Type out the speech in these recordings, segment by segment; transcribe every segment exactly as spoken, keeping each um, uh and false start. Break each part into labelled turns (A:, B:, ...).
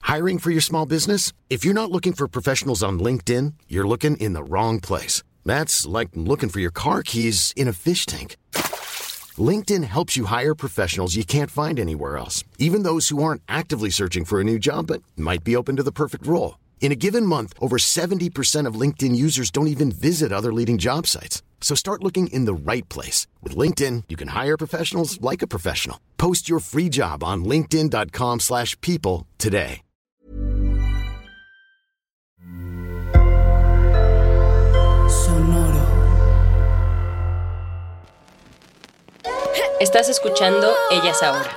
A: Hiring for your small business? If you're not looking for professionals on LinkedIn, you're looking in the wrong place. That's like looking for your car keys in a fish tank. LinkedIn helps you hire professionals you can't find anywhere else, even those who aren't actively searching for a new job but might be open to the perfect role. In a given month, over seventy percent of LinkedIn users don't even visit other leading job sites. So start looking in the right place. With LinkedIn, you can hire professionals like a professional. Post your free job on linkedin.com slash people today.
B: Sonoro.
C: Estás escuchando Ellas Ahora.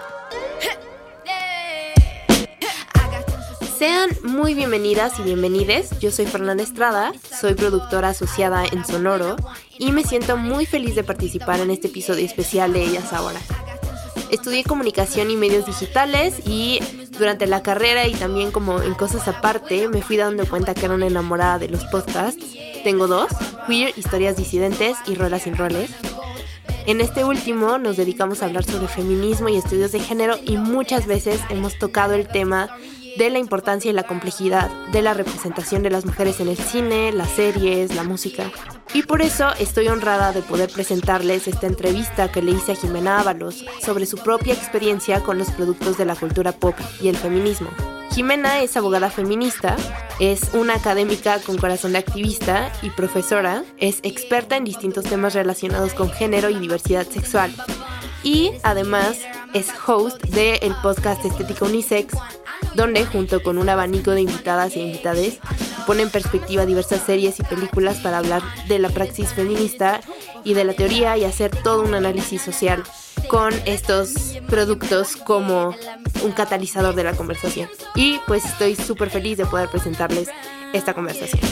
D: Sean muy bienvenidas y bienvenides. Yo soy Fernanda Estrada, soy productora asociada en Sonoro y me siento muy feliz de participar en este episodio especial de Ellas Ahora. Estudié comunicación y medios digitales y durante la carrera y también como en cosas aparte me fui dando cuenta que era una enamorada de los podcasts. Tengo dos, Queer, Historias Disidentes y Rolas sin Roles. En este último nos dedicamos a hablar sobre feminismo y estudios de género y muchas veces hemos tocado el tema de la importancia y la complejidad de la representación de las mujeres en el cine, las series, la música. Y por eso estoy honrada de poder presentarles esta entrevista que le hice a Jimena Ábalos sobre su propia experiencia con los productos de la cultura pop y el feminismo. Jimena es abogada feminista, es una académica con corazón de activista y profesora, es experta en distintos temas relacionados con género y diversidad sexual. Y además es host del podcast Estética Unisex, donde junto con un abanico de invitadas e invitades pone en perspectiva diversas series y películas para hablar de la praxis feminista y de la teoría y hacer todo un análisis social con estos productos como un catalizador de la conversación. Y pues estoy súper feliz de poder presentarles esta conversación.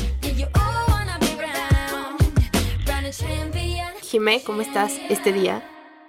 D: Jimé, ¿cómo estás este día?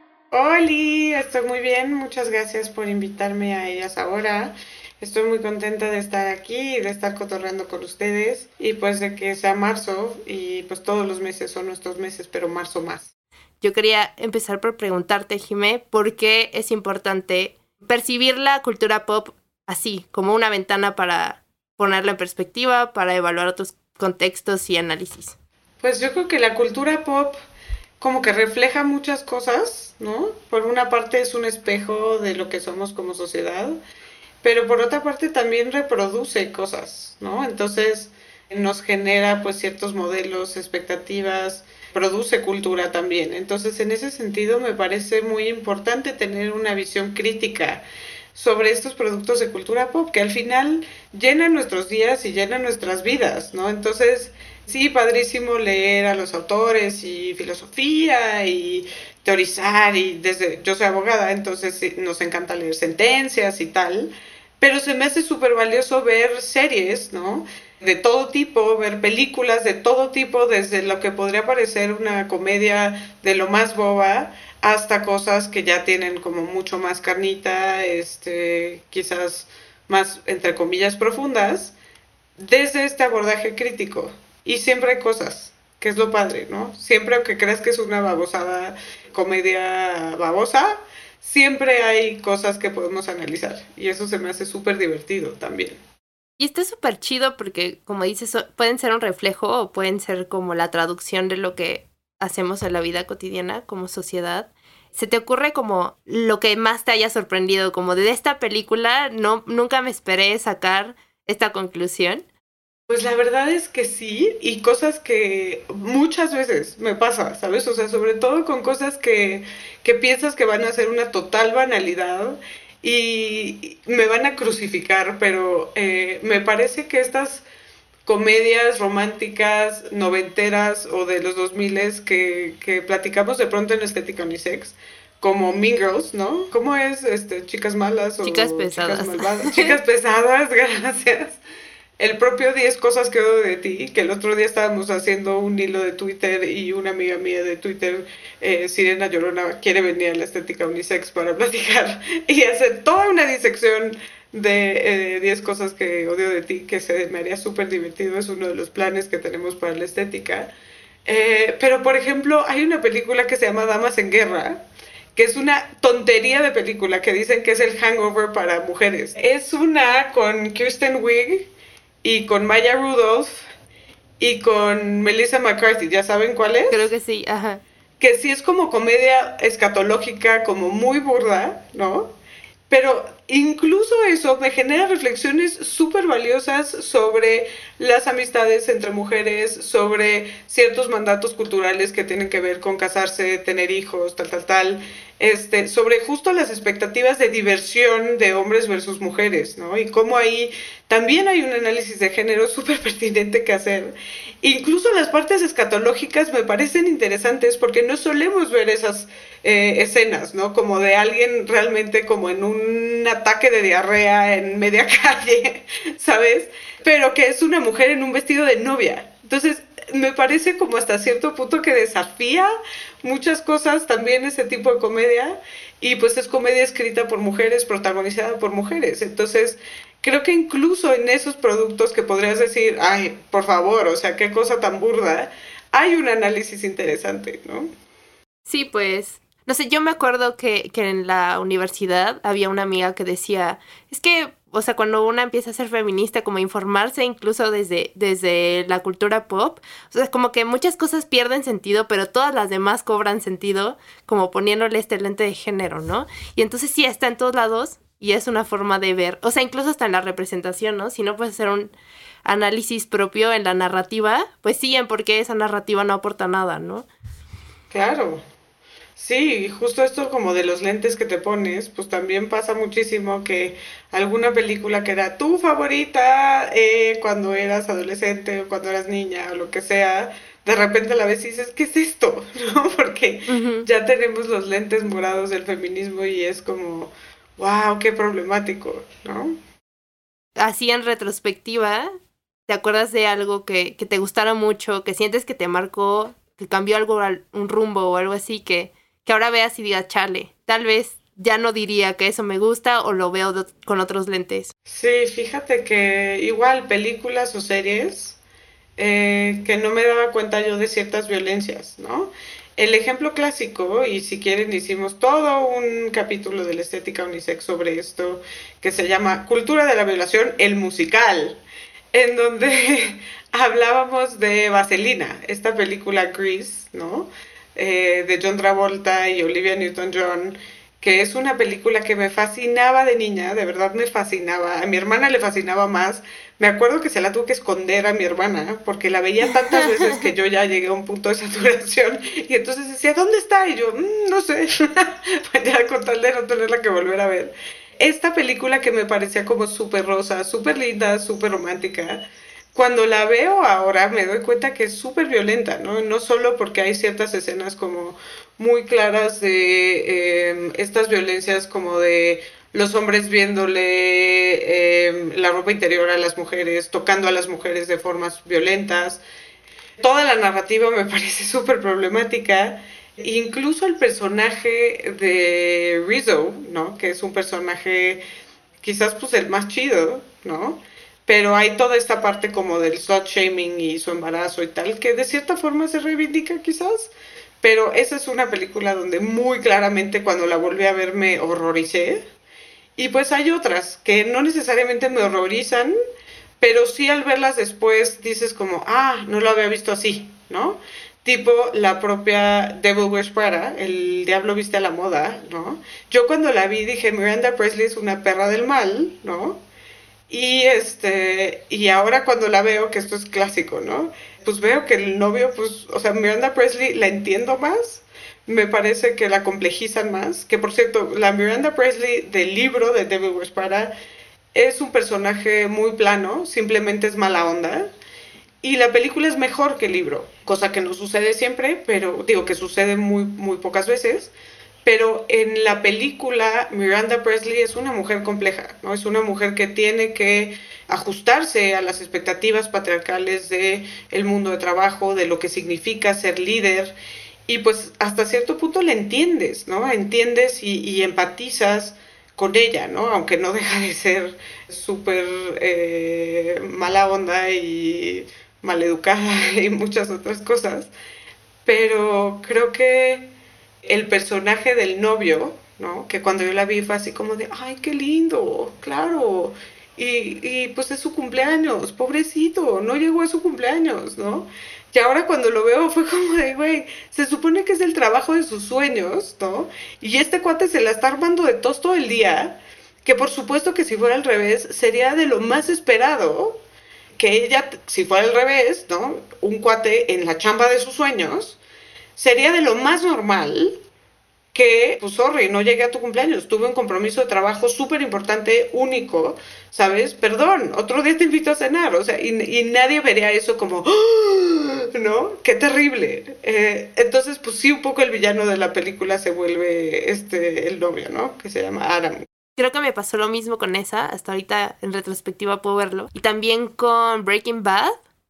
E: Oli, estoy muy bien, muchas gracias por invitarme a Ellas Ahora. Estoy muy contenta de estar aquí y de estar cotorreando con ustedes y pues de que sea marzo y pues todos los meses son nuestros meses, pero marzo más.
D: Yo quería empezar por preguntarte, Jimé, ¿por qué es importante percibir la cultura pop así, como una ventana para ponerla en perspectiva, para evaluar otros contextos y análisis?
E: Pues yo creo que la cultura pop como que refleja muchas cosas, ¿no? Por una parte es un espejo de lo que somos como sociedad, pero por otra parte también reproduce cosas, ¿no? Entonces nos genera pues ciertos modelos, expectativas, produce cultura también. Entonces en ese sentido me parece muy importante tener una visión crítica sobre estos productos de cultura pop que al final llenan nuestros días y llenan nuestras vidas, ¿no? Entonces sí, padrísimo leer a los autores y filosofía y teorizar y desde yo soy abogada, entonces sí, nos encanta leer sentencias y tal, pero se me hace súper valioso ver series, ¿no? De todo tipo, ver películas de todo tipo, desde lo que podría parecer una comedia de lo más boba hasta cosas que ya tienen como mucho más carnita, este, quizás más, entre comillas, profundas, desde este abordaje crítico. Y siempre hay cosas, que es lo padre, ¿no? Siempre, aunque creas que es una babosada, comedia babosa, siempre hay cosas que podemos analizar. Y eso se me hace súper divertido también.
D: Y está súper chido porque, como dices, pueden ser un reflejo o pueden ser como la traducción de lo que hacemos en la vida cotidiana como sociedad. ¿Se te ocurre como lo que más te haya sorprendido? Como de esta película, no, nunca me esperé sacar esta conclusión.
E: Pues la verdad es que sí, y cosas que muchas veces me pasa, ¿sabes? O sea, sobre todo con cosas que, que piensas que van a ser una total banalidad y me van a crucificar, pero eh, me parece que estas comedias románticas noventeras o de los dos miles que, que platicamos de pronto en Estética Unisex, como Mean Girls, ¿no? ¿Cómo es? Este, chicas malas o
D: chicas pesadas.
E: Chicas malvadas. Chicas pesadas, gracias. El propio diez cosas que odio de ti, que el otro día estábamos haciendo un hilo de Twitter y una amiga mía de Twitter, eh, Sirena Llorona, quiere venir a la Estética Unisex para platicar y hacer toda una disección de diez eh, cosas que odio de ti, que se me haría súper divertido, es uno de los planes que tenemos para la estética. Eh, pero, por ejemplo, hay una película que se llama Damas en Guerra, que es una tontería de película, que dicen que es el Hangover para mujeres. Es una con Kirsten Wiig y con Maya Rudolph y con Melissa McCarthy, ¿ya saben cuál es?
D: Creo que sí, ajá.
E: Que sí es como comedia escatológica, como muy burda, ¿no? Pero incluso eso me genera reflexiones súper valiosas sobre las amistades entre mujeres, sobre ciertos mandatos culturales que tienen que ver con casarse, tener hijos, tal, tal, tal, este, sobre justo las expectativas de diversión de hombres versus mujeres, ¿no? Y cómo ahí también hay un análisis de género súper pertinente que hacer. Incluso las partes escatológicas me parecen interesantes porque no solemos ver esas eh, escenas, ¿no? Como de alguien realmente como en un ataque de diarrea en media calle, ¿sabes? Pero que es una mujer en un vestido de novia. Entonces, me parece como hasta cierto punto que desafía muchas cosas también ese tipo de comedia, y pues es comedia escrita por mujeres, protagonizada por mujeres. Entonces, creo que incluso en esos productos que podrías decir, ay, por favor, o sea, qué cosa tan burda, hay un análisis interesante, ¿no?
D: Sí, pues, no sé, yo me acuerdo que, que en la universidad había una amiga que decía, es que, o sea, cuando una empieza a ser feminista, como informarse incluso desde, desde la cultura pop, o sea, como que muchas cosas pierden sentido, pero todas las demás cobran sentido, como poniéndole este lente de género, ¿no? Y entonces sí, está en todos lados y es una forma de ver, o sea, incluso hasta en la representación, ¿no? Si no puedes hacer un análisis propio en la narrativa, pues sí, en por qué esa narrativa no aporta nada, ¿no?
E: Claro. Sí, justo esto como de los lentes que te pones, pues también pasa muchísimo que alguna película que era tu favorita eh, cuando eras adolescente o cuando eras niña o lo que sea, de repente la ves y dices, ¿qué es esto? ¿No? Porque uh-huh. ya tenemos los lentes morados del feminismo y es como, wow, qué problemático, ¿no?
D: Así en retrospectiva, ¿te acuerdas de algo que, que te gustara mucho, que sientes que te marcó, que cambió algo, un rumbo o algo así, que... que ahora veas y digas, chale, tal vez ya no diría que eso me gusta o lo veo de, con otros lentes?
E: Sí, fíjate que igual películas o series eh, que no me daba cuenta yo de ciertas violencias, ¿no? El ejemplo clásico, y si quieren hicimos todo un capítulo de la estética unisex sobre esto, que se llama Cultura de la Violación, el musical, en donde hablábamos de Vaselina, esta película Grease, ¿no? Eh, de John Travolta y Olivia Newton-John, que es una película que me fascinaba de niña, de verdad me fascinaba. A mi hermana le fascinaba más. Me acuerdo que se la tuve que esconder a mi hermana porque la veía tantas veces que yo ya llegué a un punto de saturación y entonces decía, ¿dónde está? Y yo, mmm, no sé, pues ya con tal de no tenerla que volver a ver. Esta película que me parecía como súper rosa, súper linda, súper romántica, cuando la veo ahora me doy cuenta que es súper violenta, ¿no? No solo porque hay ciertas escenas como muy claras de eh, estas violencias como de los hombres viéndole eh, la ropa interior a las mujeres, tocando a las mujeres de formas violentas. Toda la narrativa me parece súper problemática. Incluso el personaje de Rizzo, ¿no? Que es un personaje quizás pues el más chido, ¿no? Pero hay toda esta parte como del slut shaming y su embarazo y tal, que de cierta forma se reivindica quizás, pero esa es una película donde muy claramente cuando la volví a ver me horroricé. Y pues hay otras que no necesariamente me horrorizan, pero sí al verlas después dices como, ah, no lo había visto así, ¿no? Tipo la propia Devil Wears Prada, El Diablo Viste a la Moda, ¿no? Yo cuando la vi dije, Miranda Presley es una perra del mal, ¿no? Y este y ahora cuando la veo, que esto es clásico, ¿no? Pues veo que el novio, pues, o sea, Miranda Presley la entiendo más, me parece que la complejizan más, que por cierto, la Miranda Presley del libro de Devil Wears Prada es un personaje muy plano, simplemente es mala onda, y la película es mejor que el libro, cosa que no sucede siempre, pero digo que sucede muy, muy pocas veces. Pero en la película Miranda Presley es una mujer compleja, ¿no? Es una mujer que tiene que ajustarse a las expectativas patriarcales de el mundo de trabajo, de lo que significa ser líder, y pues hasta cierto punto la entiendes, ¿no? Entiendes y, y empatizas con ella, ¿no? Aunque no deja de ser súper eh, mala onda y maleducada y muchas otras cosas, pero creo que el personaje del novio, ¿no? Que cuando yo la vi fue así como de, ay, qué lindo, claro. Y, y pues es su cumpleaños, pobrecito, no llegó a su cumpleaños, ¿no? Y ahora cuando lo veo fue como de, güey, se supone que es el trabajo de sus sueños, ¿no? Y este cuate se la está armando de tos todo el día, que por supuesto que si fuera al revés, sería de lo más esperado que ella, si fuera al revés, ¿no? Un cuate en la chamba de sus sueños, sería de lo más normal que, pues, sorry, no llegué a tu cumpleaños, tuve un compromiso de trabajo súper importante, único, ¿sabes? Perdón, otro día te invito a cenar, o sea, y, y nadie vería eso como, ¡oh! ¿No? ¡Qué terrible! Eh, entonces, pues sí, un poco el villano de la película se vuelve este, el novio, ¿no? Que se llama Adam.
D: Creo que me pasó lo mismo con esa, hasta ahorita en retrospectiva puedo verlo. Y también con Breaking Bad,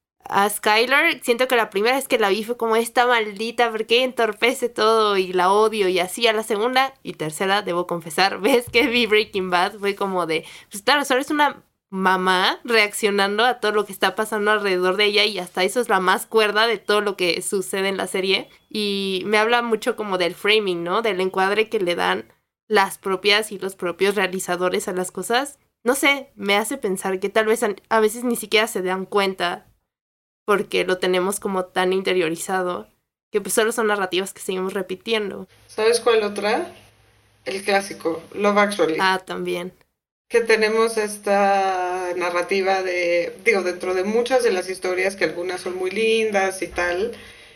D: a Skyler, siento que la primera vez que la vi fue como esta maldita, porque entorpece todo y la odio y así. A la segunda y tercera, debo confesar, ves que vi Breaking Bad, fue como de, pues claro, solo es una mamá reaccionando a todo lo que está pasando alrededor de ella y hasta eso es la más cuerda de todo lo que sucede en la serie. Y me habla mucho como del framing, ¿no? Del encuadre que le dan las propias y los propios realizadores a las cosas. No sé, me hace pensar que tal vez a veces ni siquiera se dan cuenta porque lo tenemos como tan interiorizado, que pues solo son narrativas que seguimos repitiendo.
E: ¿Sabes cuál otra? El clásico, Love Actually.
D: Ah, también.
E: Que tenemos esta narrativa de, digo, dentro de muchas de las historias, que algunas son muy lindas y tal,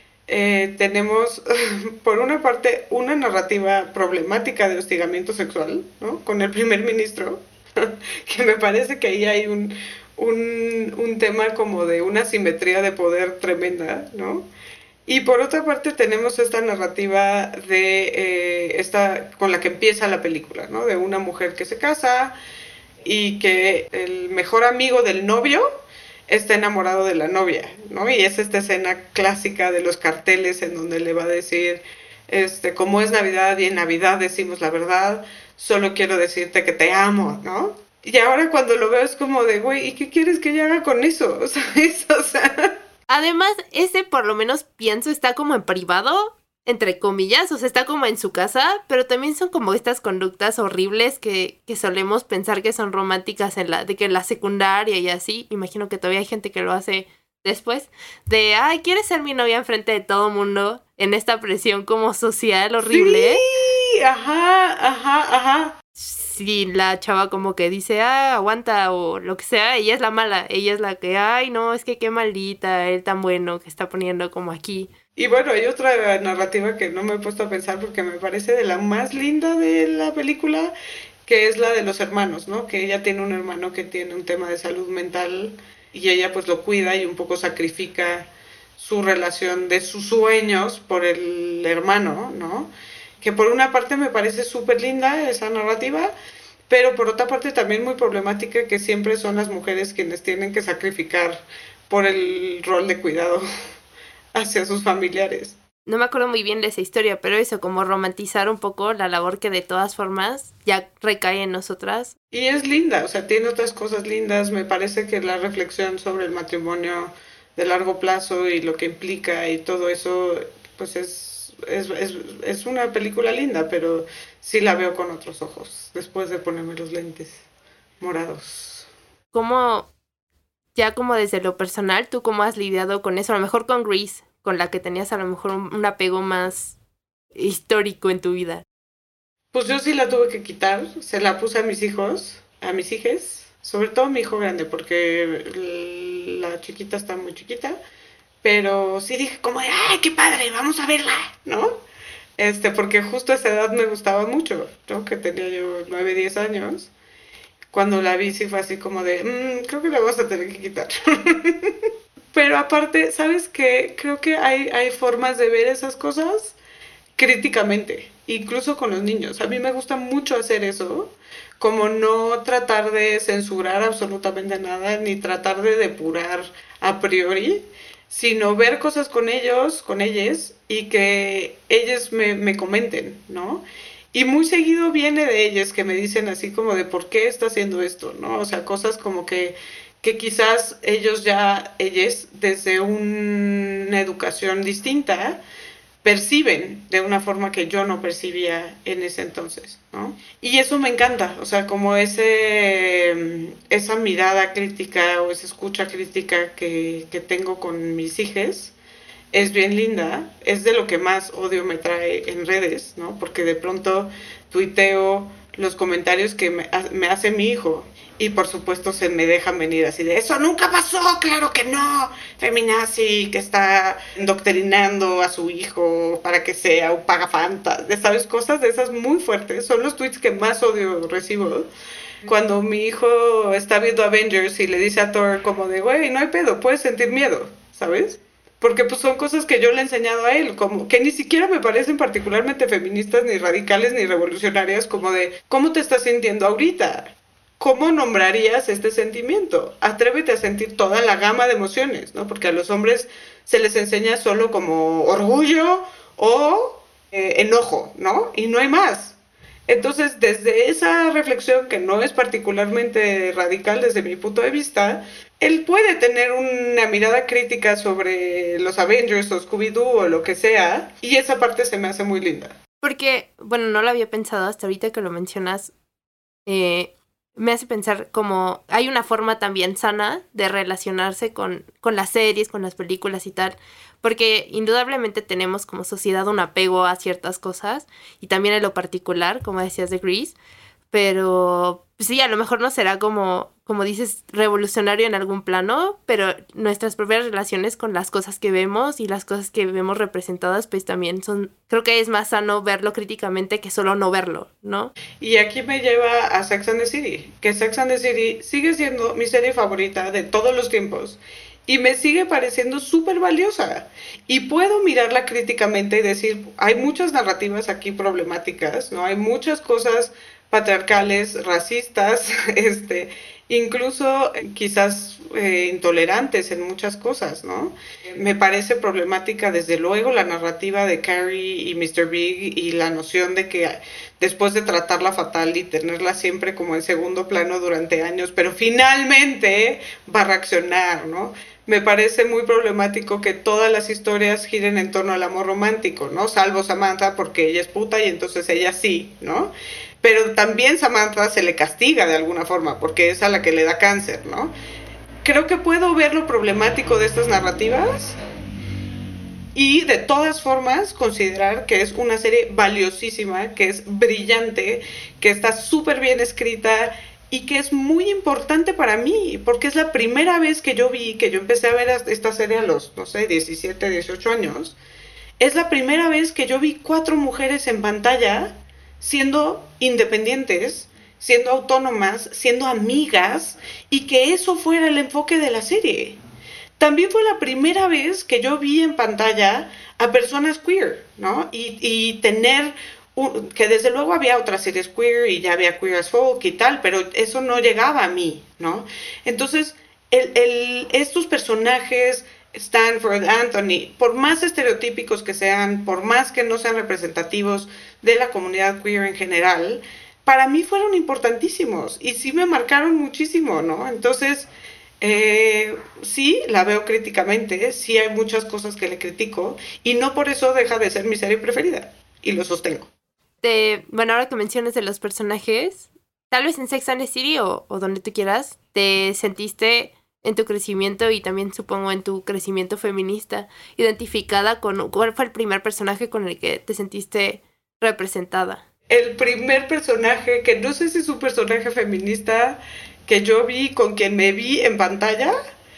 E: eh, tenemos, por una parte, una narrativa problemática de hostigamiento sexual, ¿no? Con el primer ministro, que me parece que ahí hay un... Un, un tema como de una simetría de poder tremenda, ¿no? Y por otra parte tenemos esta narrativa de eh, esta con la que empieza la película, ¿no? De una mujer que se casa y que el mejor amigo del novio está enamorado de la novia, ¿no? Y es esta escena clásica de los carteles en donde le va a decir, este, como es Navidad y en Navidad decimos la verdad, solo quiero decirte que te amo, ¿no? Y ahora cuando lo veo es como de, güey, ¿y qué quieres que yo haga con eso? ¿Sabes? O sea...
D: Además, ese por lo menos pienso está como en privado, entre comillas, o sea, está como en su casa, pero también son como estas conductas horribles que, que solemos pensar que son románticas en la, de que en la secundaria y así, imagino que todavía hay gente que lo hace después, de, ay, ¿quieres ser mi novia enfrente de todo mundo? En esta presión como social horrible.
E: Sí, ajá, ajá, ajá.
D: Si la chava como que dice, ah, aguanta o lo que sea, ella es la mala, ella es la que, ay, no, es que qué maldita, él tan bueno que está poniendo como aquí.
E: Y bueno, hay otra narrativa que no me he puesto a pensar porque me parece de la más linda de la película, que es la de los hermanos, ¿no? Que ella tiene un hermano que tiene un tema de salud mental y ella pues lo cuida y un poco sacrifica su relación de sus sueños por el hermano, ¿no? Que por una parte me parece súper linda esa narrativa, pero por otra parte también muy problemática, que siempre son las mujeres quienes tienen que sacrificar por el rol de cuidado hacia sus familiares.
D: No me acuerdo muy bien de esa historia, pero eso, como romantizar un poco la labor que de todas formas ya recae en nosotras.
E: Y es linda, o sea, tiene otras cosas lindas. Me parece que la reflexión sobre el matrimonio de largo plazo y lo que implica y todo eso, pues es... Es, es, es una película linda, pero sí la veo con otros ojos después de ponerme los lentes morados.
D: ¿Cómo, ya como desde lo personal, tú cómo has lidiado con eso? A lo mejor con Grease, con la que tenías a lo mejor un, un apego más histórico en tu vida.
E: Pues yo sí la tuve que quitar, se la puse a mis hijos, a mis hijes, sobre todo a mi hijo grande, porque la chiquita está muy chiquita. Pero sí dije como de, ¡ay, qué padre! ¡Vamos a verla! ¿No? Este, porque justo a esa edad me gustaba mucho, ¿no? Que tenía yo nueve, diez años. Cuando la vi sí fue así como de, mmm, creo que la vas a tener que quitar. Pero aparte, ¿sabes qué? Creo que hay, hay formas de ver esas cosas críticamente, incluso con los niños. A mí me gusta mucho hacer eso, como no tratar de censurar absolutamente nada, ni tratar de depurar a priori, sino ver cosas con ellos, con ellas, y que ellos me, me comenten, ¿no? Y muy seguido viene de ellos que me dicen así como de por qué está haciendo esto, ¿no? O sea, cosas como que, que quizás ellos ya, ellas, desde una educación distinta, perciben de una forma que yo no percibía en ese entonces, ¿no? Y eso me encanta, o sea, como ese, esa mirada crítica o esa escucha crítica que, que tengo con mis hijas, es bien linda, es de lo que más odio me trae en redes, ¿no? Porque de pronto tuiteo los comentarios que me, me hace mi hijo y por supuesto se me dejan venir así de eso nunca pasó, claro que no, feminazi que está indoctrinando a su hijo para que sea un pagafantas, ¿sabes? Cosas de esas muy fuertes, son los tweets que más odio recibo. Cuando mi hijo está viendo Avengers y le dice a Thor como de, güey, no hay pedo, puedes sentir miedo, ¿sabes? Porque pues son cosas que yo le he enseñado a él, como que ni siquiera me parecen particularmente feministas, ni radicales, ni revolucionarias, como de, ¿cómo te estás sintiendo ahorita? ¿Cómo nombrarías este sentimiento? Atrévete a sentir toda la gama de emociones, ¿no? Porque a los hombres se les enseña solo como orgullo o eh, enojo, ¿no? Y no hay más. Entonces, desde esa reflexión, que no es particularmente radical desde mi punto de vista, él puede tener una mirada crítica sobre los Avengers o Scooby-Doo o lo que sea, y esa parte se me hace muy linda.
D: Porque, bueno, no lo había pensado hasta ahorita que lo mencionas, eh, me hace pensar como hay una forma también sana de relacionarse con, con las series, con las películas y tal, porque indudablemente tenemos como sociedad un apego a ciertas cosas y también en lo particular, como decías de Grease, pero pues sí, a lo mejor no será como, como dices, revolucionario en algún plano, pero nuestras propias relaciones con las cosas que vemos y las cosas que vemos representadas, pues también son, creo que es más sano verlo críticamente que solo no verlo, ¿no?
E: Y aquí me lleva a Sex and the City, que Sex and the City sigue siendo mi serie favorita de todos los tiempos y me sigue pareciendo súper valiosa. Y puedo mirarla críticamente y decir, hay muchas narrativas aquí problemáticas, ¿no? Hay muchas cosas patriarcales, racistas, este, incluso quizás eh, intolerantes en muchas cosas, ¿no? Me parece problemática desde luego la narrativa de Carrie y mister Big y la noción de que después de tratarla fatal y tenerla siempre como en segundo plano durante años, pero finalmente va a reaccionar, ¿no? Me parece muy problemático que todas las historias giren en torno al amor romántico, ¿no? Salvo Samantha porque ella es puta y entonces ella sí, ¿no? Pero también Samantha se le castiga de alguna forma porque es a la que le da cáncer, ¿no? Creo que puedo ver lo problemático de estas narrativas y de todas formas considerar que es una serie valiosísima, que es brillante, que está súper bien escrita y que es muy importante para mí, porque es la primera vez que yo vi, que yo empecé a ver esta serie a los, no sé, diecisiete, dieciocho años, es la primera vez que yo vi cuatro mujeres en pantalla siendo independientes, siendo autónomas, siendo amigas, y que eso fuera el enfoque de la serie. También fue la primera vez que yo vi en pantalla a personas queer, ¿no? Y, y tener, un, que desde luego había otras series queer y ya había Queer as Folk y tal, pero eso no llegaba a mí, ¿no? Entonces, el, el, estos personajes, Stanford, Anthony, por más estereotípicos que sean, por más que no sean representativos de la comunidad queer en general, para mí fueron importantísimos y sí me marcaron muchísimo, ¿no? Entonces, eh, sí, la veo críticamente, sí hay muchas cosas que le critico y no por eso deja de ser mi serie preferida y lo sostengo.
D: De, bueno, ahora que mencionas de los personajes, tal vez en Sex and the City o, o donde tú quieras, te sentiste en tu crecimiento y también supongo en tu crecimiento feminista, identificada con cuál fue el primer personaje con el que te sentiste representada.
E: El primer personaje, que no sé si es un personaje feminista que yo vi, con quien me vi en pantalla,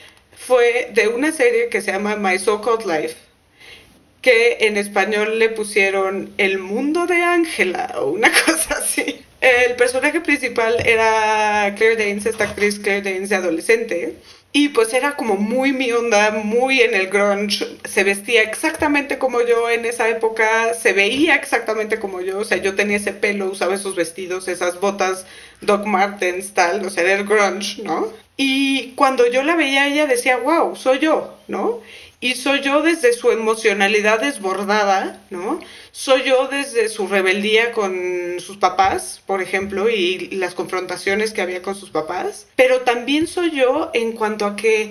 E: fue de una serie que se llama My So-Called Life, que en español le pusieron El Mundo de Ángela o una cosa así. El personaje principal era Claire Danes, esta actriz Claire Danes de adolescente, y pues era como muy mi onda, muy en el grunge, se vestía exactamente como yo en esa época, se veía exactamente como yo, o sea, yo tenía ese pelo, usaba esos vestidos, esas botas Doc Martens, tal, o sea, era el grunge, ¿no? Y cuando yo la veía, ella decía, wow, soy yo, ¿no? Y soy yo desde su emocionalidad desbordada, ¿no? Soy yo desde su rebeldía con sus papás, por ejemplo, y las confrontaciones que había con sus papás. Pero también soy yo en cuanto a que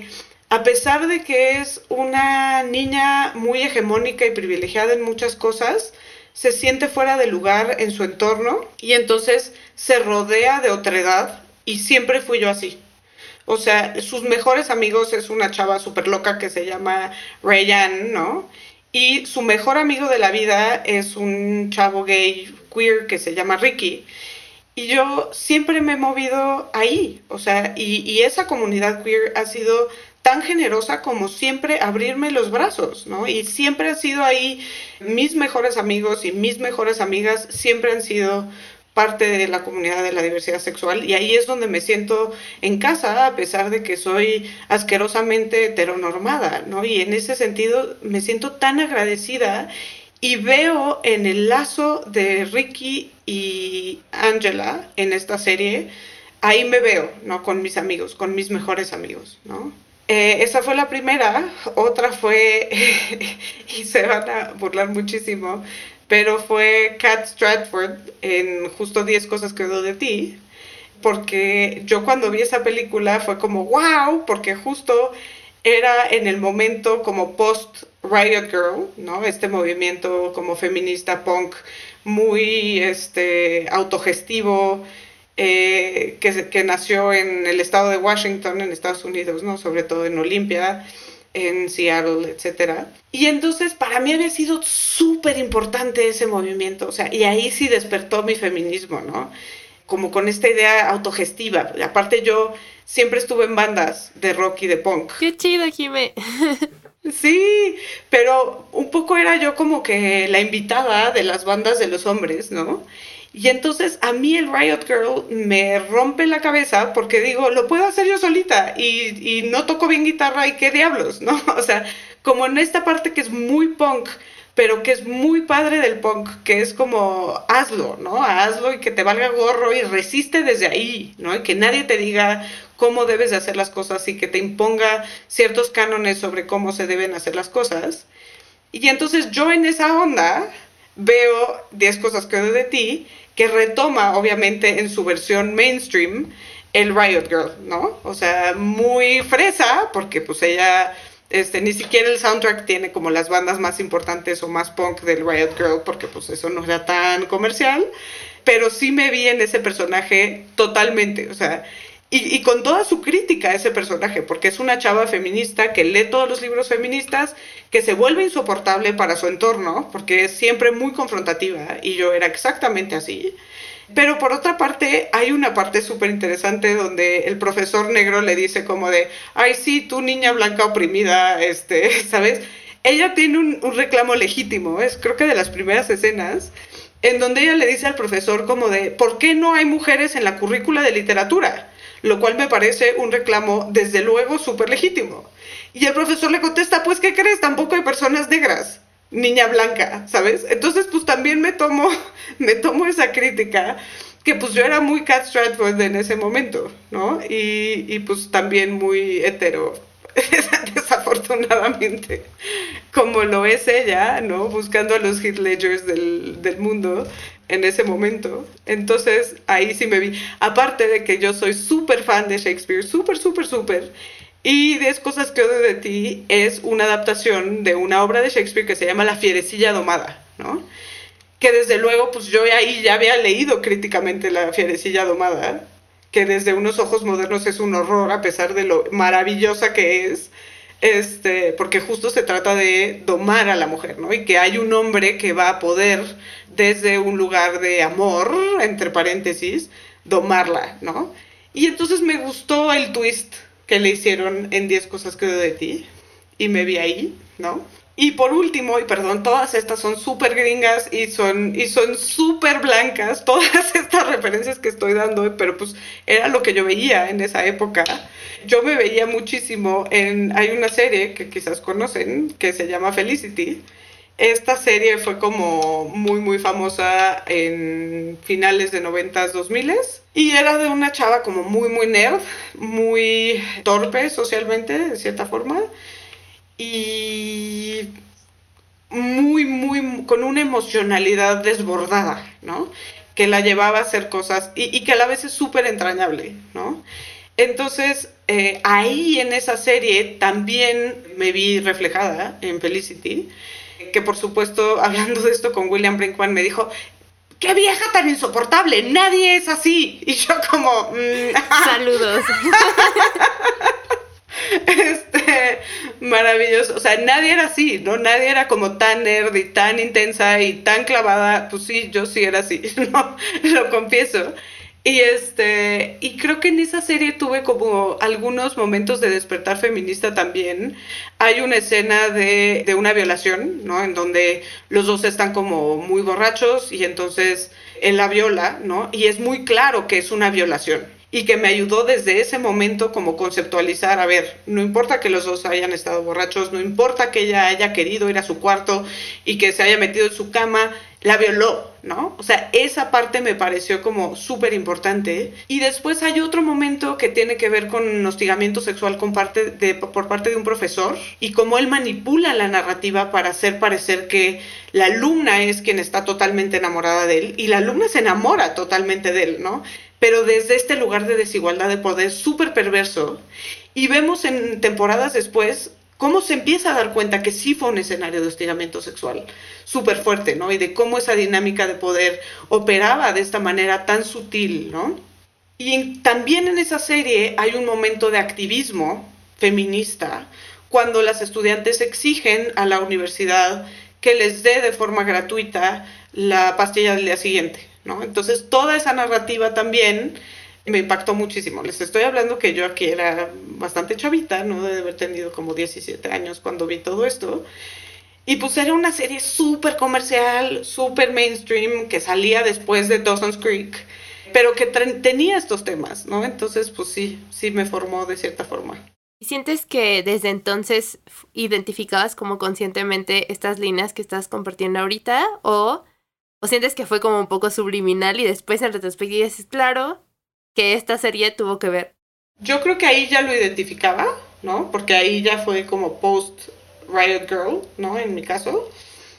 E: a pesar de que es una niña muy hegemónica y privilegiada en muchas cosas, se siente fuera de lugar en su entorno y entonces se rodea de otredad y siempre fui yo así. O sea, sus mejores amigos es una chava súper loca que se llama Rayanne, ¿no? Y su mejor amigo de la vida es un chavo gay queer que se llama Ricky. Y yo siempre me he movido ahí, o sea, y, y esa comunidad queer ha sido tan generosa como siempre abrirme los brazos, ¿no? Y siempre ha sido ahí, mis mejores amigos y mis mejores amigas siempre han sido parte de la comunidad de la diversidad sexual, y ahí es donde me siento en casa, a pesar de que soy asquerosamente heteronormada, ¿no? Y en ese sentido me siento tan agradecida y veo en el lazo de Ricky y Angela en esta serie, ahí me veo, ¿no? Con mis amigos, con mis mejores amigos, ¿no? Eh, esa fue la primera. Otra fue, y se van a burlar muchísimo, pero fue Kat Stratford en Justo diez cosas que odio de ti, porque yo cuando vi esa película fue como wow, porque justo era en el momento como post Riot Girl, ¿no? Este movimiento como feminista punk muy este, autogestivo, eh, que, que nació en el estado de Washington, en Estados Unidos, ¿no? Sobre todo en Olympia, en Seattle, etcétera. Y entonces para mí había sido súper importante ese movimiento, o sea, y ahí sí despertó mi feminismo, ¿no? Como con esta idea autogestiva. Aparte yo siempre estuve en bandas de rock y de punk.
D: ¡Qué chido, Jime!
E: Sí, pero un poco era yo como que la invitada de las bandas de los hombres, ¿no? Y entonces a mí el Riot Girl me rompe la cabeza porque digo, lo puedo hacer yo solita y, y no toco bien guitarra y qué diablos, ¿no? O sea, como en esta parte que es muy punk, pero que es muy padre del punk, que es como hazlo, ¿no? Hazlo y que te valga gorro y resiste desde ahí, ¿no? Y que nadie te diga cómo debes de hacer las cosas y que te imponga ciertos cánones sobre cómo se deben hacer las cosas. Y entonces yo en esa onda veo diez cosas que odio de ti, que retoma obviamente en su versión mainstream el Riot Girl, ¿no? O sea, muy fresa, porque pues ella... Este, ni siquiera el soundtrack tiene como las bandas más importantes o más punk del Riot Girl, porque pues eso no era tan comercial, pero sí me vi en ese personaje totalmente, o sea, y, y con toda su crítica a ese personaje, porque es una chava feminista que lee todos los libros feministas, que se vuelve insoportable para su entorno, porque es siempre muy confrontativa, y yo era exactamente así. Pero por otra parte, hay una parte súper interesante donde el profesor negro le dice como de, ay, sí, tú niña blanca oprimida, este, ¿sabes? Ella tiene un, un reclamo legítimo, es creo que de las primeras escenas, en donde ella le dice al profesor como de, ¿por qué no hay mujeres en la currícula de literatura? Lo cual me parece un reclamo, desde luego, súper legítimo. Y el profesor le contesta, pues, ¿qué crees? Tampoco hay personas negras. Niña blanca, ¿sabes? Entonces, pues también me tomo, me tomo esa crítica, que pues yo era muy Kat Stratford en ese momento, ¿no? Y, y pues también muy hetero, desafortunadamente, como lo es ella, ¿no? Buscando a los Heath Ledgers del, del mundo en ese momento. Entonces, ahí sí me vi. Aparte de que yo soy súper fan de Shakespeare, súper, súper, súper. Y diez cosas que odio de ti es una adaptación de una obra de Shakespeare que se llama La fierecilla domada, ¿no? Que desde luego, pues yo ahí ya había leído críticamente La fierecilla domada, que desde unos ojos modernos es un horror a pesar de lo maravillosa que es, este, porque justo se trata de domar a la mujer, ¿no? Y que hay un hombre que va a poder, desde un lugar de amor, entre paréntesis, domarla, ¿no? Y entonces me gustó el twist que le hicieron en diez cosas que odio de ti, y me vi ahí, ¿no? Y por último, y perdón, todas estas son súper gringas y son y son súper blancas, todas estas referencias que estoy dando, pero pues era lo que yo veía en esa época. Yo me veía muchísimo en... Hay una serie que quizás conocen, que se llama Felicity. Esta serie fue como muy, muy famosa en finales de noventas, dos miles. Y era de una chava como muy, muy nerd, muy torpe socialmente, de cierta forma. Y muy, muy, con una emocionalidad desbordada, ¿no? Que la llevaba a hacer cosas y, y que a la vez es súper entrañable, ¿no? Entonces, eh, ahí en esa serie también me vi reflejada en Felicity, que por supuesto, hablando de esto con William Brinkman, me dijo, ¡qué vieja tan insoportable! ¡Nadie es así! Y yo como... Mmm,
D: Saludos.
E: Este, maravilloso. O sea, nadie era así, ¿no? Nadie era como tan nerd y tan intensa y tan clavada. Pues sí, yo sí era así, ¿no? Lo confieso. Y este, y creo que en esa serie tuve como algunos momentos de despertar feminista también. Hay una escena de, de una violación, ¿no? En donde los dos están como muy borrachos y entonces él la viola, ¿no? Y es muy claro que es una violación. Y que me ayudó desde ese momento como conceptualizar, a ver, no importa que los dos hayan estado borrachos, no importa que ella haya querido ir a su cuarto y que se haya metido en su cama, la violó, ¿no? O sea, esa parte me pareció como súper importante. Y después hay otro momento que tiene que ver con hostigamiento sexual con parte de, por parte de un profesor y cómo él manipula la narrativa para hacer parecer que la alumna es quien está totalmente enamorada de él y la alumna se enamora totalmente de él, ¿no? Pero desde este lugar de desigualdad de poder súper perverso. Y vemos en temporadas después cómo se empieza a dar cuenta que sí fue un escenario de hostigamiento sexual súper fuerte, ¿no? Y de cómo esa dinámica de poder operaba de esta manera tan sutil, ¿no? Y en, también en esa serie hay un momento de activismo feminista cuando las estudiantes exigen a la universidad que les dé de forma gratuita la pastilla del día siguiente, ¿no? Entonces toda esa narrativa también me impactó muchísimo. Les estoy hablando que yo aquí era bastante chavita, ¿no? De haber tenido como diecisiete años cuando vi todo esto. Y pues era una serie súper comercial, súper mainstream, que salía después de Dawson's Creek, pero que tenía estos temas, ¿no? Entonces pues sí, sí me formó de cierta forma.
D: ¿Sientes que desde entonces identificabas como conscientemente estas líneas que estás compartiendo ahorita? ¿O, o sientes que fue como un poco subliminal y después en retrospectiva dices, claro, que esta serie tuvo que ver?
E: Yo creo que ahí ya lo identificaba, ¿no? Porque ahí ya fue como post Riot Girl, ¿no? En mi caso.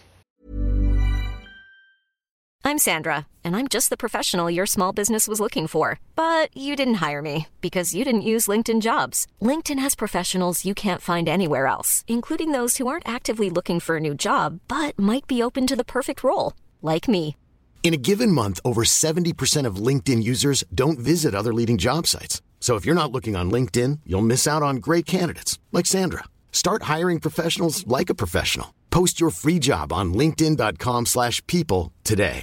F: I'm Sandra, and I'm just the professional your small business was looking for. But you didn't hire me because you didn't use LinkedIn Jobs. LinkedIn has professionals you can't find anywhere else, including those who aren't actively looking for a new job, but might be open to the perfect role, like me.
A: In a given month, over seventy percent of LinkedIn users don't visit other leading job sites. So if you're not looking on LinkedIn, you'll miss out on great candidates like Sandra. Start hiring professionals like a professional. Post your free job on linkedin dot com slash people today.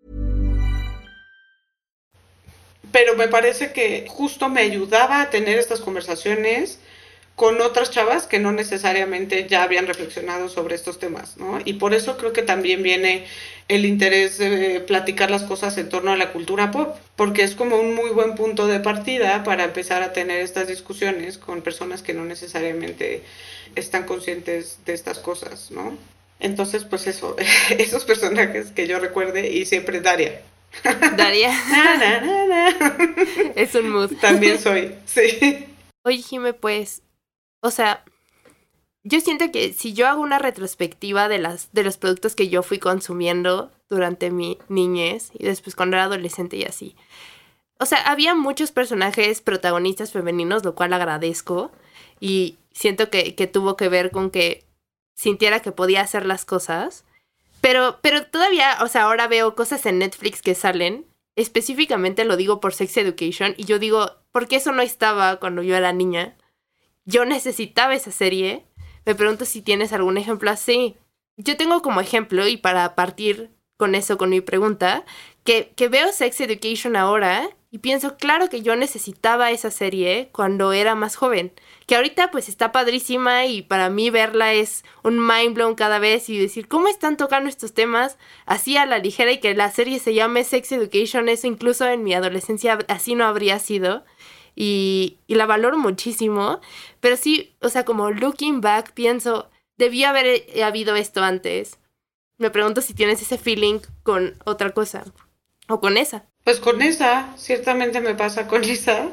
E: Pero me parece que justo me ayudaba a tener estas conversaciones con otras chavas que no necesariamente ya habían reflexionado sobre estos temas, ¿no? Y por eso creo que también viene el interés de platicar las cosas en torno a la cultura pop, porque es como un muy buen punto de partida para empezar a tener estas discusiones con personas que no necesariamente están conscientes de estas cosas, ¿no? Entonces, pues eso, esos personajes que yo recuerde y siempre Daria.
D: Daria.
E: na, na, na, na.
D: Es un mood.
E: También soy, sí.
D: Oye, Jime, pues, o sea, yo siento que si yo hago una retrospectiva de las de los productos que yo fui consumiendo durante mi niñez y después cuando era adolescente y así, o sea, había muchos personajes protagonistas femeninos, lo cual agradezco y siento que, que tuvo que ver con que sintiera que podía hacer las cosas. Pero, pero todavía, o sea, ahora veo cosas en Netflix que salen, específicamente lo digo por Sex Education, y yo digo, ¿por qué eso no estaba cuando yo era niña? Yo necesitaba esa serie. Me pregunto si tienes algún ejemplo así. Yo tengo como ejemplo, y para partir con eso, con mi pregunta, que, que veo Sex Education ahora y pienso, claro que yo necesitaba esa serie cuando era más joven. Que ahorita pues está padrísima y para mí verla es un mind blown cada vez y decir, ¿cómo están tocando estos temas así a la ligera? Y que la serie se llame Sex Education, eso incluso en mi adolescencia así no habría sido. Y, y la valoro muchísimo. Pero sí, o sea, como looking back, pienso, debió haber habido esto antes. Me pregunto si tienes ese feeling con otra cosa. O con esa.
E: Pues con esa, ciertamente me pasa con esa.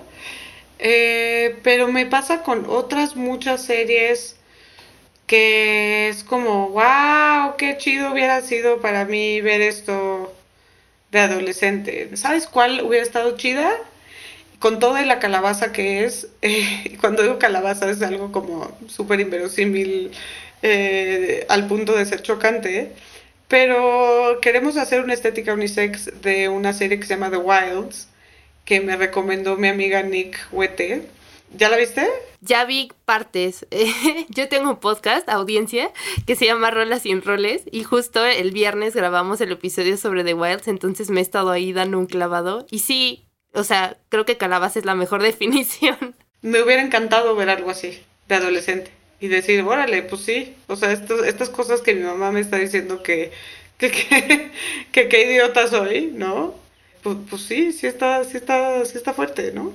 E: Eh, pero me pasa con otras muchas series que es como, wow, qué chido hubiera sido para mí ver esto de adolescente. ¿Sabes cuál hubiera estado chida? con toda la calabaza que es, eh, cuando digo calabaza es algo como súper inverosímil, eh, al punto de ser chocante, pero queremos hacer una estética unisex de una serie que se llama The Wilds, que me recomendó mi amiga Nick Huete. ¿Ya la viste?
D: Ya vi partes. Yo tengo un podcast, audiencia, que se llama Rolas sin Roles, y justo el viernes grabamos el episodio sobre The Wilds, entonces me he estado ahí dando un clavado. Y sí, o sea, creo que calabaza es la mejor definición.
E: Me hubiera encantado ver algo así, de adolescente, y decir, órale, pues sí, o sea, estos, estas cosas que mi mamá me está diciendo que que, que, que, que idiota soy, ¿no? Pues, pues sí, sí está, sí está, sí está fuerte, ¿no?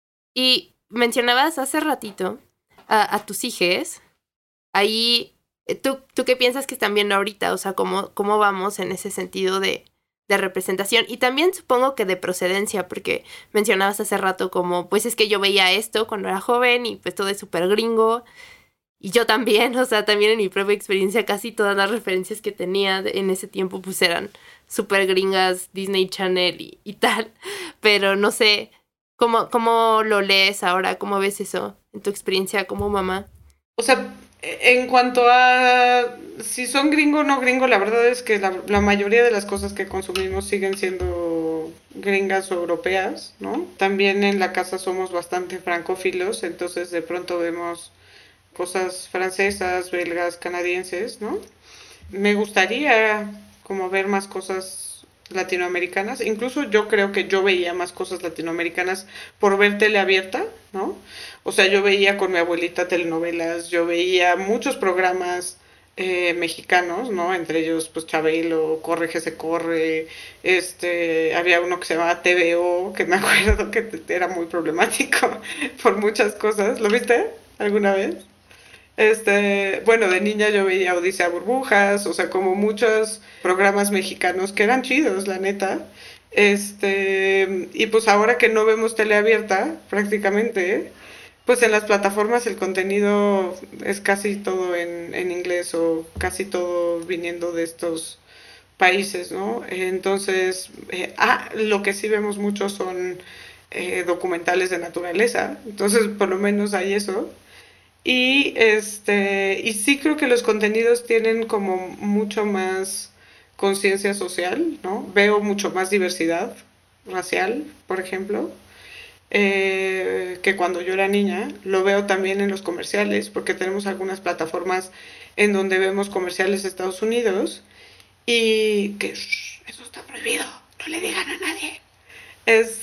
D: Y mencionabas hace ratito a, a tus hijes. Ahí, ¿tú, ¿tú qué piensas que están viendo ahorita? O sea, ¿cómo, cómo vamos en ese sentido de, de representación? Y también supongo que de procedencia, porque mencionabas hace rato como, pues es que yo veía esto cuando era joven y pues todo es súper gringo. Y yo también, o sea, también en mi propia experiencia casi todas las referencias que tenía en ese tiempo pues eran súper gringas, Disney Channel y, y tal. Pero no sé, ¿cómo, ¿cómo lo lees ahora? ¿Cómo ves eso en tu experiencia como mamá?
E: O sea, en cuanto a si son gringo o no gringo, la verdad es que la, la mayoría de las cosas que consumimos siguen siendo gringas o europeas, ¿no? También en la casa somos bastante francófilos, entonces de pronto vemos cosas francesas, belgas, canadienses, ¿no? Me gustaría como ver más cosas latinoamericanas. Incluso yo creo que yo veía más cosas latinoamericanas por ver tele abierta, ¿no? O sea, yo veía con mi abuelita telenovelas, yo veía muchos programas eh, mexicanos, ¿no? Entre ellos, pues, Chabelo, Corre que se corre, este, había uno que se llamaba T V O, que me acuerdo que era muy problemático por muchas cosas. ¿Lo viste alguna vez? Este, bueno, de niña yo veía Odisea Burbujas, o sea, como muchos programas mexicanos que eran chidos, la neta. Este, y pues ahora que no vemos tele abierta, prácticamente, pues en las plataformas el contenido es casi todo en, en inglés o casi todo viniendo de estos países, ¿no? Entonces, eh, ah, lo que sí vemos mucho son eh, documentales de naturaleza, entonces por lo menos hay eso. Y este y sí creo que los contenidos tienen como mucho más conciencia social, ¿no? Veo mucho más diversidad racial, por ejemplo, eh, que cuando yo era niña. Lo veo también en los comerciales, porque tenemos algunas plataformas en donde vemos comerciales de Estados Unidos y que shh, eso está prohibido, no le digan a nadie. Es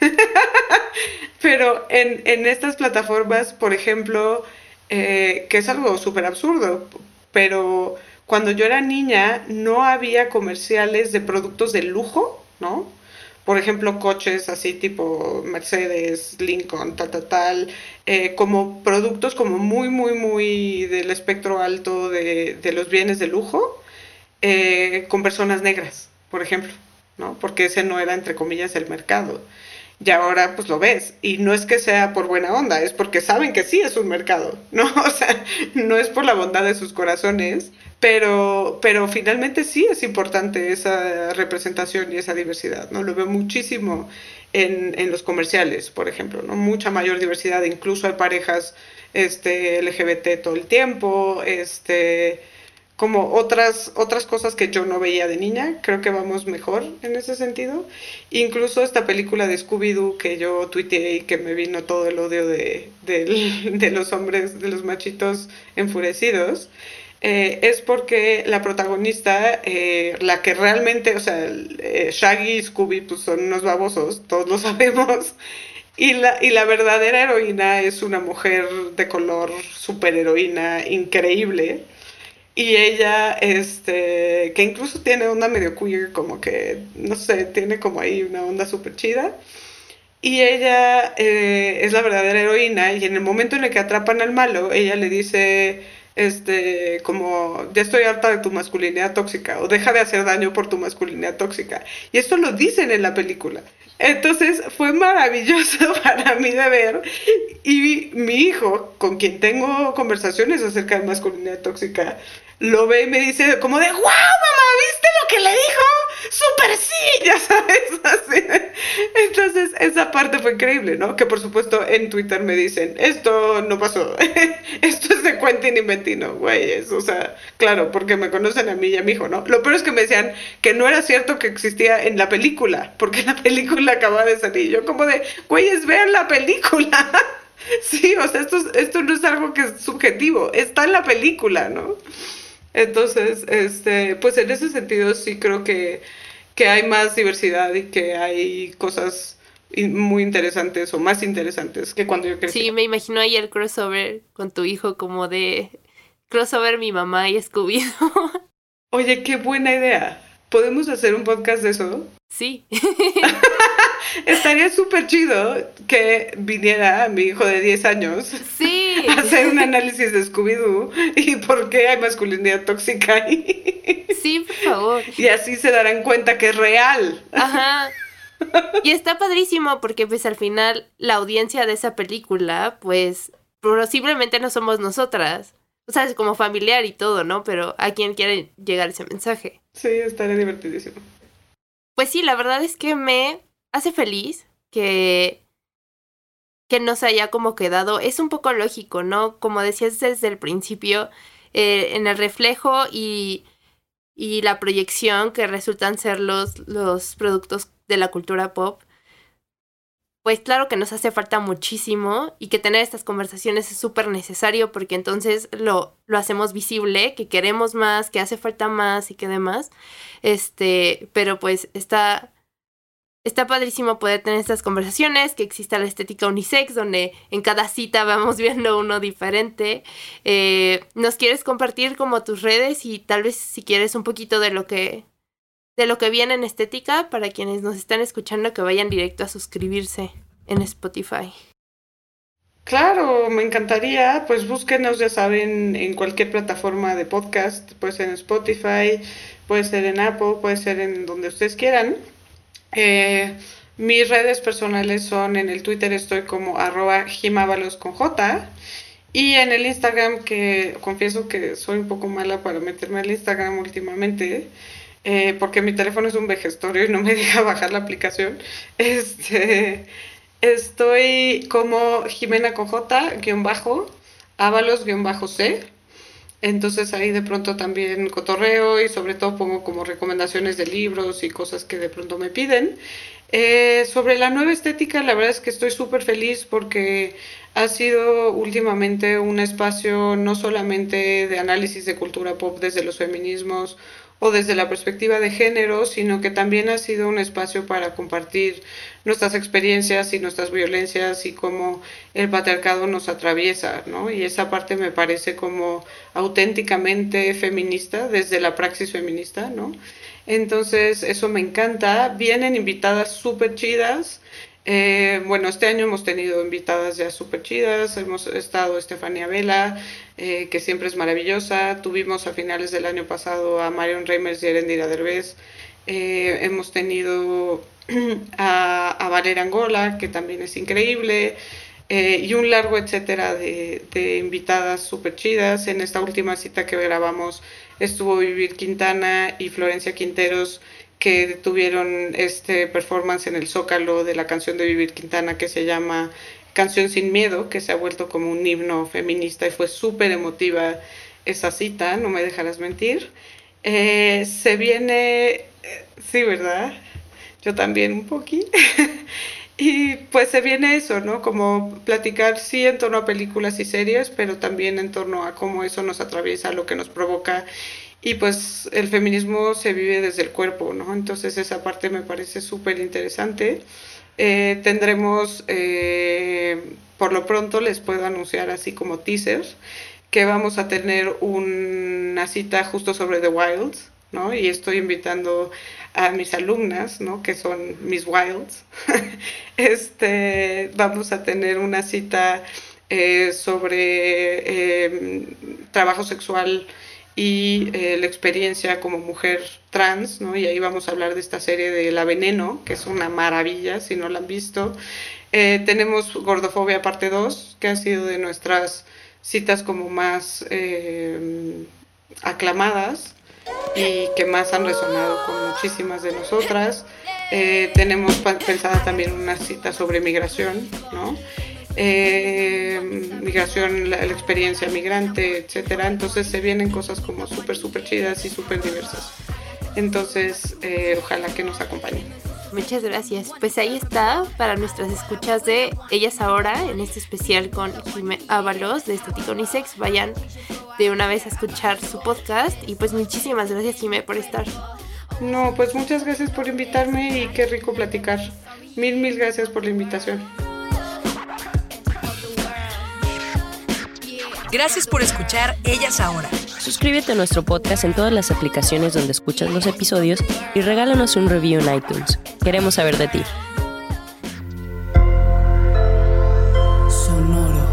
E: pero en, en estas plataformas, por ejemplo, Eh, que es algo súper absurdo, pero cuando yo era niña no había comerciales de productos de lujo, ¿no? Por ejemplo, coches así tipo Mercedes, Lincoln, tal, tal, tal, eh, como productos como muy, muy, muy del espectro alto de, de los bienes de lujo, eh, con personas negras, por ejemplo, ¿no? Porque ese no era, entre comillas, el mercado. Y ahora pues lo ves, y no es que sea por buena onda, es porque saben que sí es un mercado, ¿no? O sea, no es por la bondad de sus corazones, pero, pero finalmente sí es importante esa representación y esa diversidad, ¿no? Lo veo muchísimo en, en los comerciales, por ejemplo, ¿no? Mucha mayor diversidad, incluso hay parejas este, L G B T todo el tiempo, este... como otras, otras cosas que yo no veía de niña. Creo que vamos mejor en ese sentido. Incluso esta película de Scooby-Doo que yo tuiteé y que me vino todo el odio de, de, de los hombres, de los machitos enfurecidos, eh, es porque la protagonista, eh, la que realmente, o sea, eh, Shaggy y Scooby pues son unos babosos, todos lo sabemos, y la, y la verdadera heroína es una mujer de color, superheroína, increíble. Y ella, este, que incluso tiene onda medio queer, como que, no sé, tiene como ahí una onda súper chida. Y ella eh, es la verdadera heroína, y en el momento en el que atrapan al malo, ella le dice, este, como, ya estoy harta de tu masculinidad tóxica, o deja de hacer daño por tu masculinidad tóxica. Y esto lo dicen en la película. Entonces fue maravilloso para mí de ver, y mi hijo, con quien tengo conversaciones acerca de masculinidad tóxica, lo ve y me dice como de, ¡wow, mamá! ¿Viste lo que le dijo? ¡súper sí! Ya sabes, así. Entonces, esa parte fue increíble, ¿no? Que por supuesto en Twitter me dicen, esto no pasó, esto es de Quentin y Mentino, güey, eso, o sea, claro, porque me conocen a mí y a mi hijo, ¿no? Lo peor es que me decían que no era cierto que existía en la película, porque la película acaba de salir. Yo como de, güeyes, vean la película. Sí, o sea, esto, esto no es algo que es subjetivo, está en la película, ¿no? Entonces, este, pues en ese sentido sí creo que, que hay más diversidad y que hay cosas muy interesantes o más interesantes que cuando yo crecí.
D: Sí, me imagino ahí el crossover con tu hijo como de crossover mi mamá y Scooby-Doo.
E: Oye, qué buena idea. ¿Podemos hacer un podcast de eso?
D: Sí.
E: Estaría súper chido que viniera mi hijo de diez años
D: sí.
E: a hacer un análisis de Scooby-Doo y por qué hay masculinidad tóxica ahí.
D: Sí, por favor.
E: Y así se darán cuenta que es real.
D: Ajá. Y está padrísimo porque pues al final la audiencia de esa película pues posiblemente no somos nosotras. O sea, es como familiar y todo, ¿no? Pero a quién quiere llegar ese mensaje.
E: Sí, estaría divertidísimo.
D: Pues sí, la verdad es que me hace feliz que, que nos haya como quedado. Es un poco lógico, ¿no? Como decías desde el principio, eh, en el reflejo y, y la proyección que resultan ser los, los productos de la cultura pop, pues claro que nos hace falta muchísimo y que tener estas conversaciones es súper necesario porque entonces lo, lo hacemos visible, que queremos más, que hace falta más y que demás. Este, pero pues está, está padrísimo poder tener estas conversaciones, que exista la estética unisex, donde en cada cita vamos viendo uno diferente. Eh, ¿nos quieres compartir como tus redes y tal vez si quieres un poquito de lo que... de lo que viene en estética para quienes nos están escuchando que vayan directo a suscribirse en Spotify?
E: Claro, me encantaría, pues búsquenos, ya saben, en cualquier plataforma de podcast, puede ser en Spotify, puede ser en Apple, puede ser en donde ustedes quieran. Eh, mis redes personales son, en el Twitter estoy como arroba jimábalos con J, y en el Instagram, que confieso que soy un poco mala para meterme al Instagram últimamente, Eh, porque mi teléfono es un vejestorio y no me deja bajar la aplicación. Este, estoy como Jimena con J, guión bajo, Ábalos, guión bajo C. Entonces ahí de pronto también cotorreo y sobre todo pongo como recomendaciones de libros y cosas que de pronto me piden. Eh, sobre la nueva estética, la verdad es que estoy súper feliz porque ha sido últimamente un espacio no solamente de análisis de cultura pop desde los feminismos o desde la perspectiva de género, sino que también ha sido un espacio para compartir nuestras experiencias y nuestras violencias y cómo el patriarcado nos atraviesa, ¿no? Y esa parte me parece como auténticamente feminista, desde la praxis feminista, ¿no? Entonces, eso me encanta. Vienen invitadas súper chidas. Eh, bueno, este año hemos tenido invitadas ya súper chidas. Hemos estado Estefanía Vela, eh, que siempre es maravillosa. Tuvimos a finales del año pasado a Marion Reimers y Erendira Derbez. Eh, hemos tenido a, a Valera Angola, que también es increíble. Eh, y un largo etcétera de, de invitadas súper chidas. En esta última cita que grabamos estuvo Vivir Quintana y Florencia Quinteros, que tuvieron este performance en el Zócalo de la canción de Vivir Quintana que se llama Canción sin Miedo, que se ha vuelto como un himno feminista y fue súper emotiva esa cita, no me dejarás mentir. Eh, se viene, sí, ¿verdad? Yo también un poquito. Y pues se viene eso, ¿no? Como platicar sí en torno a películas y series, pero también en torno a cómo eso nos atraviesa, lo que nos provoca. Y pues el feminismo se vive desde el cuerpo, ¿no? Entonces esa parte me parece súper interesante. Eh, tendremos, eh, por lo pronto les puedo anunciar así como teaser, que vamos a tener una cita justo sobre The Wilds, ¿no? Y estoy invitando a mis alumnas, ¿no? Que son mis Wilds. este, vamos a tener una cita eh, sobre eh, trabajo sexual y eh, la experiencia como mujer trans, ¿no? Y ahí vamos a hablar de esta serie de La Veneno, que es una maravilla, si no la han visto. Eh, tenemos Gordofobia parte dos, que ha sido de nuestras citas como más eh, aclamadas. y que más han resonado con muchísimas de nosotras. Eh, tenemos pensada también una cita sobre migración, ¿no? Eh, migración, la, la experiencia migrante, etcétera. Entonces se vienen cosas como súper, súper chidas y súper diversas. Entonces, eh, ojalá que nos acompañen.
D: Muchas gracias. Pues ahí está para nuestras escuchas de Ellas Ahora, en este especial con Jime Ábalos de Estética Unisex. Vayan de una vez a escuchar su podcast y pues muchísimas gracias, Jime, por estar.
E: No, pues muchas gracias por invitarme y qué rico platicar. Mil, mil gracias por la invitación.
G: Gracias por escuchar Ellas Ahora.
C: Suscríbete a nuestro podcast en todas las aplicaciones donde escuchas los episodios y regálanos un review en iTunes. Queremos saber de ti.
B: Sonoro.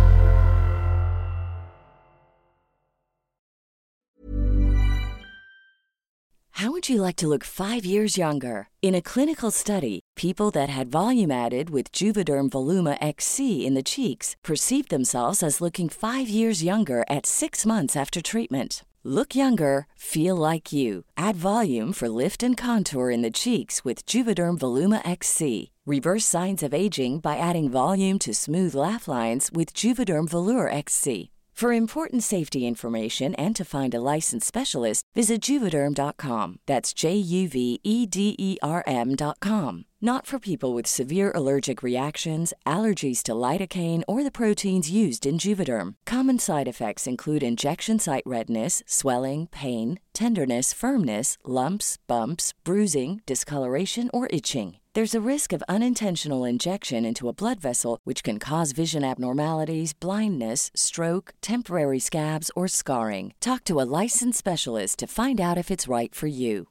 H: How would you like to look five years younger? In a clinical study, people that had volume added with Juvederm Voluma X C in the cheeks perceived themselves as looking five years younger at six months after treatment. Look younger, feel like you. Add volume for lift and contour in the cheeks with Juvederm Voluma X C. Reverse signs of aging by adding volume to smooth laugh lines with Juvederm Volure X C. For important safety information and to find a licensed specialist, visit Juvederm dot com. That's J U V E D E R M dot com. Not for people with severe allergic reactions, allergies to lidocaine, or the proteins used in Juvederm. Common side effects include injection site redness, swelling, pain, tenderness, firmness, lumps, bumps, bruising, discoloration, or itching. There's a risk of unintentional injection into a blood vessel, which can cause vision abnormalities, blindness, stroke, temporary scabs, or scarring. Talk to a licensed specialist to find out if it's right for you.